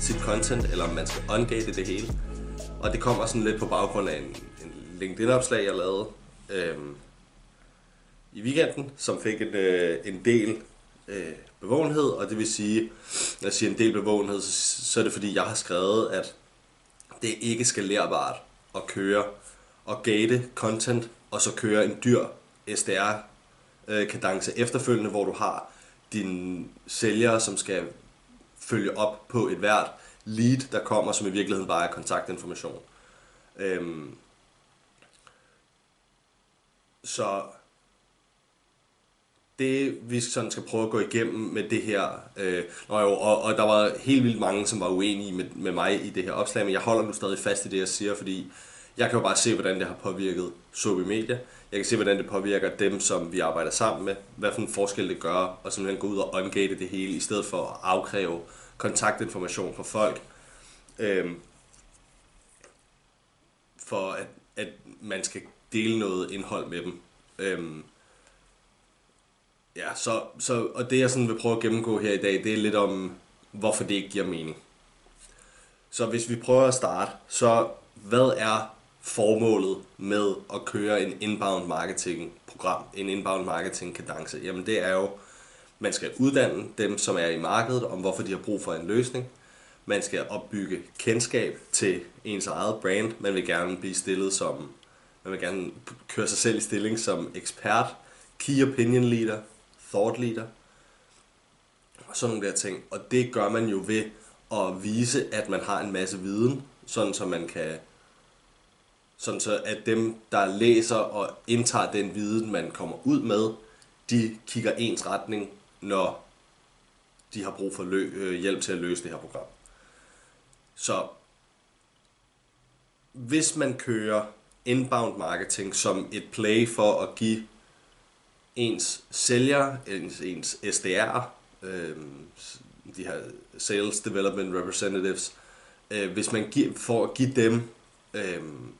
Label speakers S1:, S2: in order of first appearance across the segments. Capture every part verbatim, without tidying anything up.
S1: sit content, eller om man skal ungate det hele. Og det kommer sådan lidt på baggrund af en, en LinkedIn-opslag, jeg lavede øhm, i weekenden, som fik en, øh, en del øh, bevågenhed, og det vil sige, når jeg siger en del bevågenhed, så, så er det fordi, jeg har skrevet, at det er ikke skalerbart at køre og gate content, og så køre en dyr S D R-kadence efterfølgende, hvor du har dine sælgere, som skal følge op på et hvert lead, der kommer, som i virkeligheden bare er kontaktinformation. Øhm, så det vi sådan skal prøve at gå igennem med det her, øh, og, og, og der var helt vildt mange, som var uenige med, med mig i det her opslag, men jeg holder nu stadig fast i det, jeg siger, fordi jeg kan jo bare se, hvordan det har påvirket Sobi Media. Jeg kan se, hvordan det påvirker dem, som vi arbejder sammen med, hvad for en forskel det gør, og simpelthen gå ud og ungate det hele, i stedet for at afkræve kontaktinformation fra folk, øhm, for at, at man skal dele noget indhold med dem. Øhm, ja, så, så, og det jeg sådan vil prøve at gennemgå her i dag, det er lidt om, hvorfor det ikke giver mening. Så hvis vi prøver at starte, så hvad er formålet med at køre en inbound marketing program, en inbound marketing kadence? Jamen det er jo, man skal uddanne dem, som er i markedet, om hvorfor de har brug for en løsning. Man skal opbygge kendskab til ens eget brand. Man vil gerne blive stillet som, man vil gerne køre sig selv i stilling som ekspert, key opinion leader, thought leader, og sådan nogle der ting. Og det gør man jo ved at vise, at man har en masse viden, sådan så man kan, sådan så at dem, der læser og indtager den viden, man kommer ud med, de kigger ens retning, når de har brug for lø- hjælp til at løse det her program. Så hvis man kører inbound marketing som et play for at give ens sælger, ens, ens S D R, øh, de her Sales Development Representatives, øh, hvis man giver, for at give dem øh,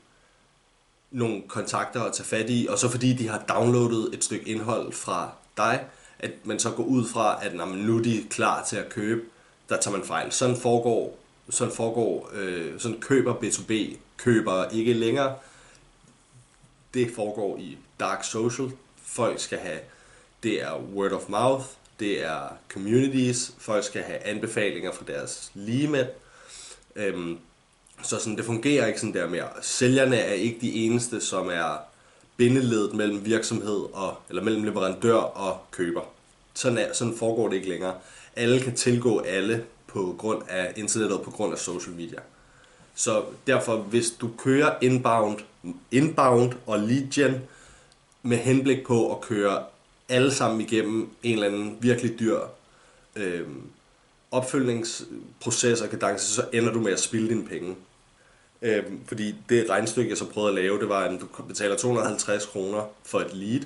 S1: nogle kontakter at tage fat i, og så fordi de har downloadet et stykke indhold fra dig, at man så går ud fra, at når man nu er de klar til at købe, der tager man fejl. Sådan foregår, sådan foregår, øh, sådan køber B to B, køber ikke længere. Det foregår i dark social. Folk skal have, det er word of mouth, det er communities, folk skal have anbefalinger fra deres ligemænd. Øhm, så sådan, det fungerer ikke sådan der mere. Sælgerne er ikke de eneste, som er bindeledet mellem virksomhed og, eller mellem leverandør og køber. Sådan, er, sådan foregår det ikke længere. Alle kan tilgå alle på grund af internettet, på grund af social media. Så derfor, hvis du kører inbound, inbound og lead gen med henblik på at køre alle sammen igennem en eller anden virkelig dyr øh, opfølgningsproces og kadence, så ender du med at spilde dine penge. Øh, fordi det regnestykke, jeg så prøvede at lave, det var, at du betaler to hundrede og halvtreds kroner for et lead,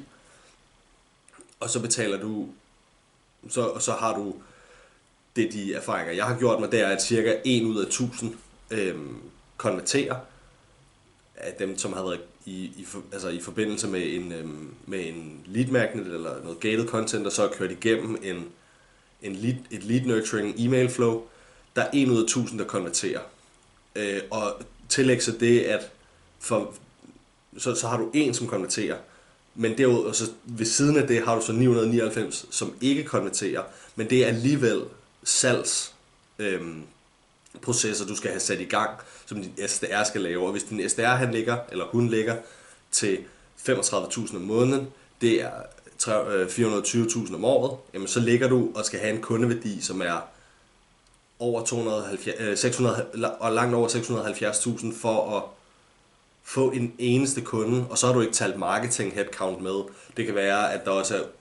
S1: og så betaler du, så, og så har du det, de erfaringer, jeg har gjort mig, det er, at cirka en ud af tusind øh, konverterer af dem, som har været i, i, altså i forbindelse med en, øh, med en lead magnet eller noget gated content, og så er kørt igennem en, en lead, et lead nurturing e-mail flow. Der er en ud af tusind, der konverterer. Øh, og tillæg så det, at for, så, så har du en, som konverterer, men derud, og så ved siden af det har du så ni hundrede og nioghalvfems, som ikke konverterer, men det er alligevel salgs øh, processer, du skal have sat i gang, som din S D R skal lave. Og hvis din S D R han ligger, eller hun ligger til femogtredive tusind om måneden, det er fire hundrede og tyve tusind om året, jamen så ligger du og skal have en kundeværdi, som er over to hundrede og halvfjerds, seks hundrede, og langt over seks hundrede og halvfjerds tusind for at få en eneste kunde, og så har du ikke talt marketing headcount med. Det kan være, at der også er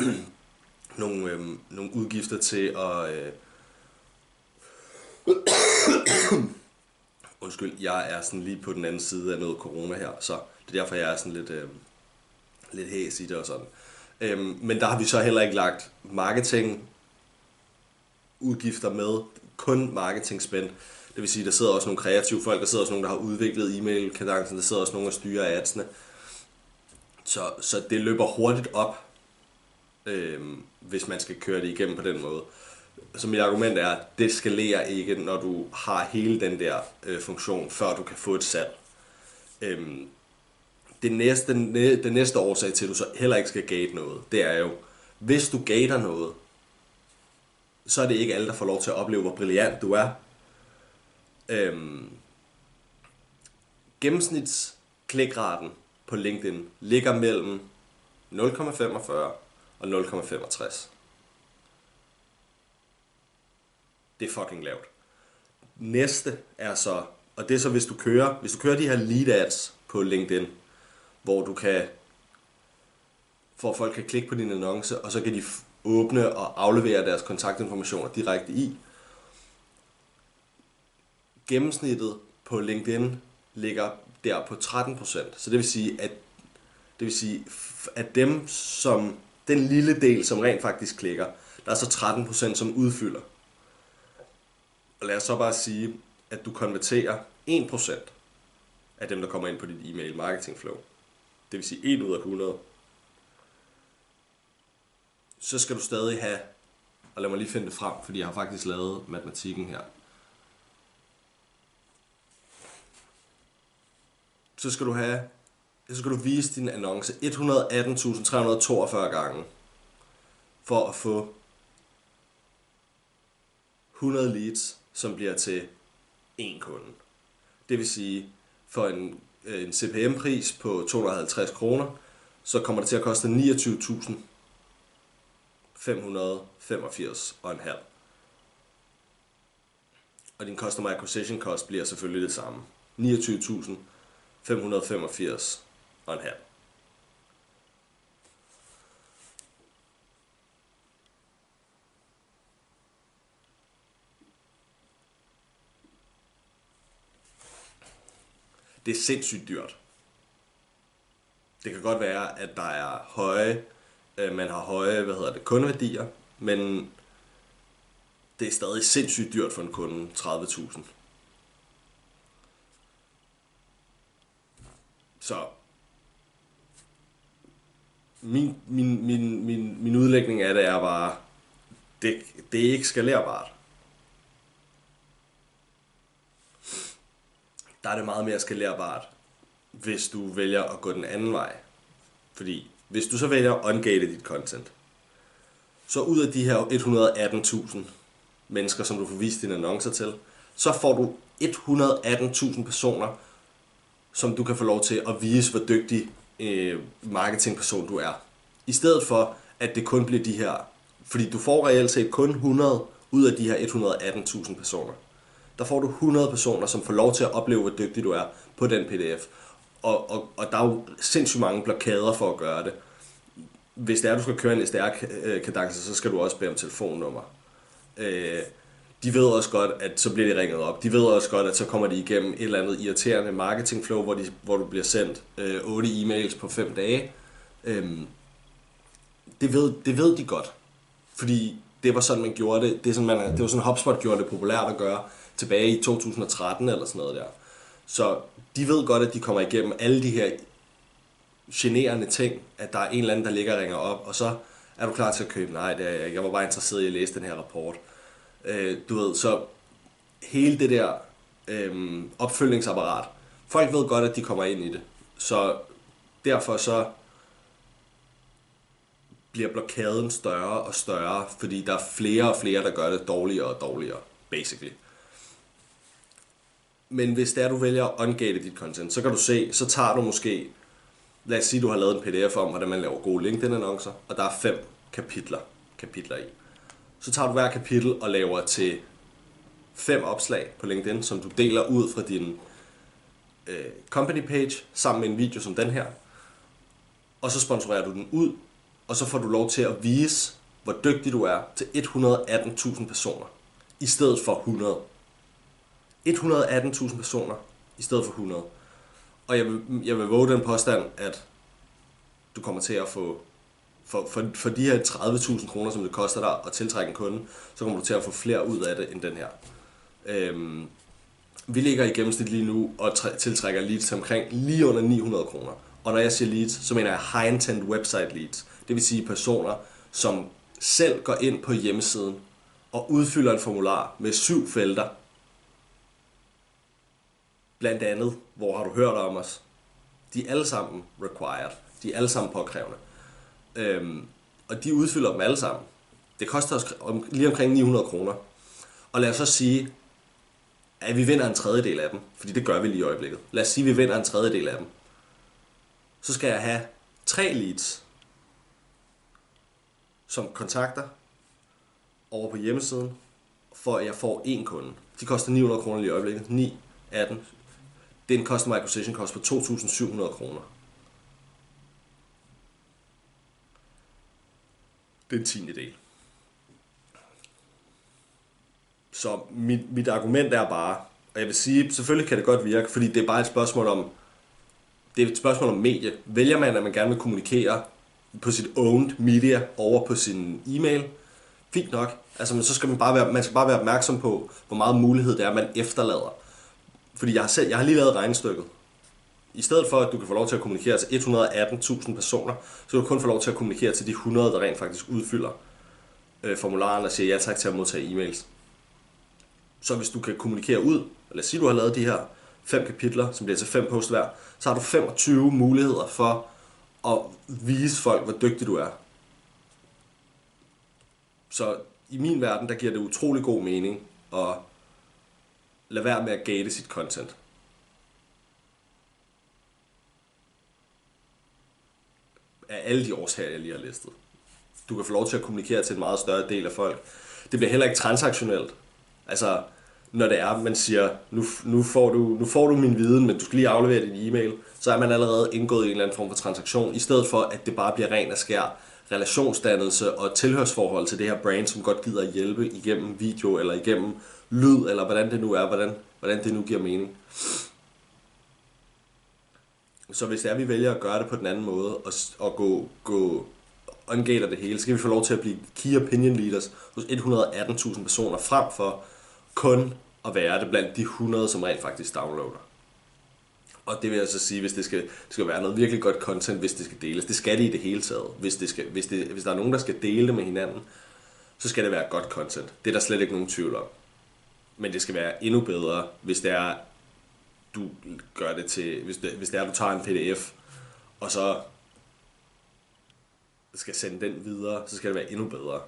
S1: nogle, øhm, nogle udgifter til at øh, undskyld, jeg er sådan lige på den anden side af noget corona her, så det er derfor, jeg er sådan lidt, øh, lidt hæs i det og sådan. Øhm, men der har vi så heller ikke lagt marketing udgifter med, kun marketing spend. Det vil sige, der sidder også nogle kreative folk, der sidder også nogle, der har udviklet e-mail-kadencen, der sidder også nogle, der styrer adsene. Så, så det løber hurtigt op, øh, hvis man skal køre det igennem på den måde. Så mit argument er, at det skalerer ikke, når du har hele den der øh, funktion, før du kan få et salg. Øhm, det næste, den, den næste årsag til, at du så heller ikke skal gate noget, det er jo, hvis du gater noget, så er det ikke alle, der får lov til at opleve, hvor brilliant du er. Øhm, gennemsnitsklikraten på LinkedIn ligger mellem nul komma femogfyrre og nul komma femogtres. Det er fucking lavt. Næste er så, og det er så hvis du kører, hvis du kører de her lead ads på LinkedIn, hvor du kan, hvor folk kan klikke på din annonce, og så kan de åbne og aflevere deres kontaktinformationer direkte i. Gennemsnittet på LinkedIn ligger der på tretten procent. Så det vil sige, at det vil sige, at dem som den lille del, som rent faktisk klikker, der er så tretten procent, som udfylder. Og lad os så bare sige, at du konverterer en procent af dem, der kommer ind på dit e-mail marketing flow. Det vil sige en ud af hundrede. Så skal du stadig have, og lad mig lige finde det frem, fordi jeg har faktisk lavet matematikken her. Så skal du have, så skal du vise din annonce et hundrede og atten tusind tre hundrede og toogfyrre gange, for at få hundrede leads, som bliver til én kunde. Det vil sige, for en, en C P M-pris på to hundrede og halvtreds kroner, så kommer det til at koste niogtyve tusind fem hundrede og femogfirs komma fem. Og din customer acquisition cost bliver selvfølgelig det samme. niogtyve tusind fem hundrede og femogfirs komma fem. Det er sindssygt dyrt. Det kan godt være, at der er høje, øh, man har høje, hvad hedder det, kundeværdier, men det er stadig sindssygt dyrt for en kunde, tredive tusind. Så min, min, min, min, min udlægning af det er bare, det, det er ikke skalerbart. Der er det meget mere skalerbart, hvis du vælger at gå den anden vej. Fordi hvis du så vælger at ungate dit content, så ud af de her et hundrede og atten tusind mennesker, som du får vist dine annoncer til, så får du et hundrede og atten tusind personer, som du kan få lov til at vise, hvor dygtig øh, marketingperson du er. I stedet for, at det kun bliver de her, fordi du får reelt set kun hundrede ud af de her et hundrede og atten tusind personer. Der får du hundrede personer, som får lov til at opleve, hvor dygtig du er på den P D F. Og, og, og der er jo sindssygt mange blokader for at gøre det. Hvis det er, du skal køre en S D R-kadence, så skal du også bede om telefonnummer. Øh, de ved også godt, at så bliver de ringet op. De ved også godt, at så kommer de igennem et eller andet irriterende marketingflow, hvor, de, hvor du bliver sendt øh, otte e-mails på fem dage. Øh, det, ved, det ved de godt. Fordi det var sådan, man gjorde det. Det, er sådan, man, det var sådan, HubSpot gjorde det populært at gøre tilbage i to tusind og tretten eller sådan noget der. Så de ved godt, at de kommer igennem alle de her generende ting, at der er en eller anden, der ligger og ringer op, og så er du klar til at købe. Nej, det er jeg ikke. Jeg var bare interesseret i at læse den her rapport. Øh, du ved, så hele det der øh, opfølgningsapparat, folk ved godt, at de kommer ind i det. Så derfor så bliver blokaden større og større, fordi der er flere og flere, der gør det dårligere og dårligere, basically. Men hvis det er, du vælger at ungate dit content, så kan du se, så tager du måske, lad os sige, du har lavet en P D F om, hvordan man laver gode LinkedIn-annoncer, og der er fem kapitler, kapitler i. Så tager du hver kapitel og laver til fem opslag på LinkedIn, som du deler ud fra din øh, company page, sammen med en video som den her. Og så sponsorerer du den ud, og så får du lov til at vise, hvor dygtig du er til et hundrede og atten tusind personer, i stedet for hundrede. et hundrede og atten tusind personer, i stedet for hundrede. Og jeg vil, jeg vil våge den påstand, at du kommer til at få, for, for, for de her tredive tusind kroner, som det koster dig at tiltrække en kunde, så kommer du til at få flere ud af det, end den her. Øhm, vi ligger i gennemsnit lige nu og træ, tiltrækker leads til omkring lige under ni hundrede kroner. Og når jeg siger leads, så mener jeg high intent website leads. Det vil sige personer, som selv går ind på hjemmesiden og udfylder en formular med syv felter. Blandt andet, hvor har du hørt om os? De er alle sammen required. De er alle sammen påkrævende. Øhm, og de udfylder dem alle sammen. Det koster os om, lige omkring ni hundrede kroner. Og lad os så sige, at vi vinder en tredjedel af dem. Fordi det gør vi lige i øjeblikket. Lad os sige, at vi vinder en tredjedel af dem. Så skal jeg have tre leads, som kontakter over på hjemmesiden, for at jeg får én kunde. De koster ni hundrede kroner lige i øjeblikket. ni, atten. Det er en customer acquisition cost på to tusind syv hundrede kroner. Det er en tiende del. Så mit, mit argument er bare, og jeg vil sige, selvfølgelig kan det godt virke, fordi det er bare et spørgsmål om, det er et spørgsmål om medie. Vælger man, at man gerne vil kommunikere på sit owned media over på sin e-mail, fint nok. Altså, men så skal man bare være, man skal bare være opmærksom på, hvor meget mulighed det er, man efterlader. Fordi jeg har, selv, jeg har lige lavet regnestykket. I stedet for, at du kan få lov til at kommunikere til et hundrede og atten tusind personer, så kan du kun få lov til at kommunikere til de hundrede, der rent faktisk udfylder øh, formularen og siger ja tak til at modtage e-mails. Så hvis du kan kommunikere ud, lad os sige, du har lavet de her fem kapitler, som bliver til fem post hver, så har du femogtyve muligheder for at vise folk, hvor dygtig du er. Så i min verden, der giver det utrolig god mening at lade være med at gate sit content. Af alle de årsager, jeg lige har listet. Du kan få lov til at kommunikere til en meget større del af folk. Det bliver heller ikke transaktionelt. Altså, når det er, man siger, nu, nu, får du, nu får du min viden, men du skal lige aflevere din e-mail, så er man allerede indgået i en eller anden form for transaktion, i stedet for, at det bare bliver ren og skær relationsdannelse og tilhørsforhold til det her brand, som godt gider at hjælpe igennem video, eller igennem lyd, eller hvordan det nu er, hvordan, hvordan det nu giver mening. Så hvis det er, vi vælger at gøre det på den anden måde, og, og gå, gå ungater det hele, så skal vi få lov til at blive key opinion leaders hos et hundrede og atten tusind personer, frem for kun at være det blandt de hundrede, som rent faktisk downloader. Og det vil jeg så sige, hvis det skal, det skal være noget virkelig godt content, hvis det skal deles. Det skal det i det hele taget. Hvis, det skal, hvis, det, hvis der er nogen, der skal dele det med hinanden, så skal det være godt content. Det er der slet ikke nogen tvivl om. Men det skal være endnu bedre, hvis det er, du gør det til, hvis det, hvis det er, du tager en P D F, og så skal sende den videre, så skal det være endnu bedre.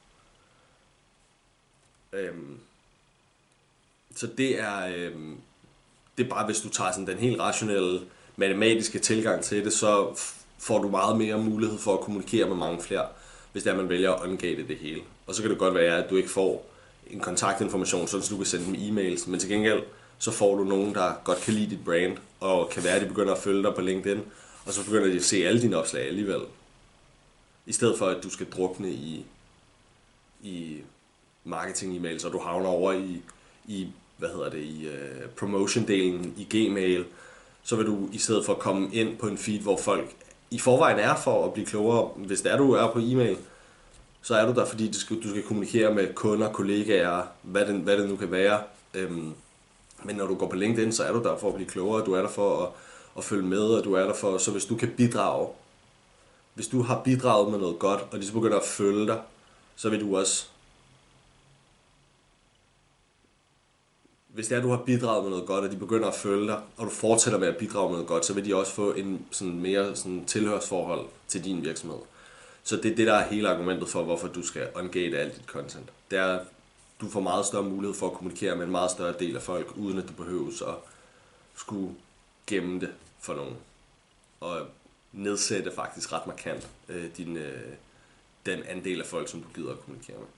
S1: Øhm, så det er, øhm, det er bare, hvis du tager sådan den helt rationelle, matematiske tilgang til det, så får du meget mere mulighed for at kommunikere med mange flere, hvis det er, man vælger at ungate det hele. Og så kan det godt være, at du ikke får en kontaktinformation, så du kan sende dem e-mails, men til gengæld, så får du nogen, der godt kan lide dit brand, og kan være, at de begynder at følge dig på LinkedIn, og så begynder de at se alle dine opslag alligevel. I stedet for, at du skal drukne i, i marketing-e-mails, og du havner over i, i hvad hedder det, i uh, promotion-delen i Gmail, så vil du i stedet for komme ind på en feed, hvor folk i forvejen er for at blive klogere. Hvis det er, du er på e-mail, så er du der, fordi du skal, du skal kommunikere med kunder, kollegaer, hvad det, hvad det nu kan være. Øhm, men når du går på LinkedIn, så er du der for at blive klogere, du er der for at, at følge med, og du er der for, så hvis du kan bidrage, hvis du har bidraget med noget godt, og de så begynder at følge dig, så vil du også, hvis det er, du har bidraget med noget godt, og de begynder at følge dig, og du fortsætter med at bidrage med noget godt, så vil de også få en sådan mere sådan tilhørsforhold til din virksomhed. Så det er det, der er hele argumentet for, hvorfor du skal ungate alt dit content. Det er, du får meget større mulighed for at kommunikere med en meget større del af folk, uden at du behøves at skulle gemme det for nogen. Og nedsætte faktisk ret markant øh, din, øh, den andel af folk, som du gider at kommunikere med.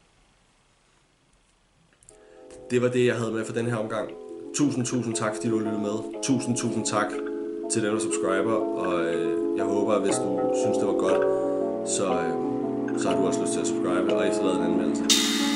S1: Det var det, jeg havde med for den her omgang. Tusind, tusind tak, fordi du lyttede med. Tusind, tusind tak til dem, der subscriber. Og øh, jeg håber, at hvis du synes, det var godt, så, øh, så har du også lyst til at subscribe og efterlade en anmeldelse.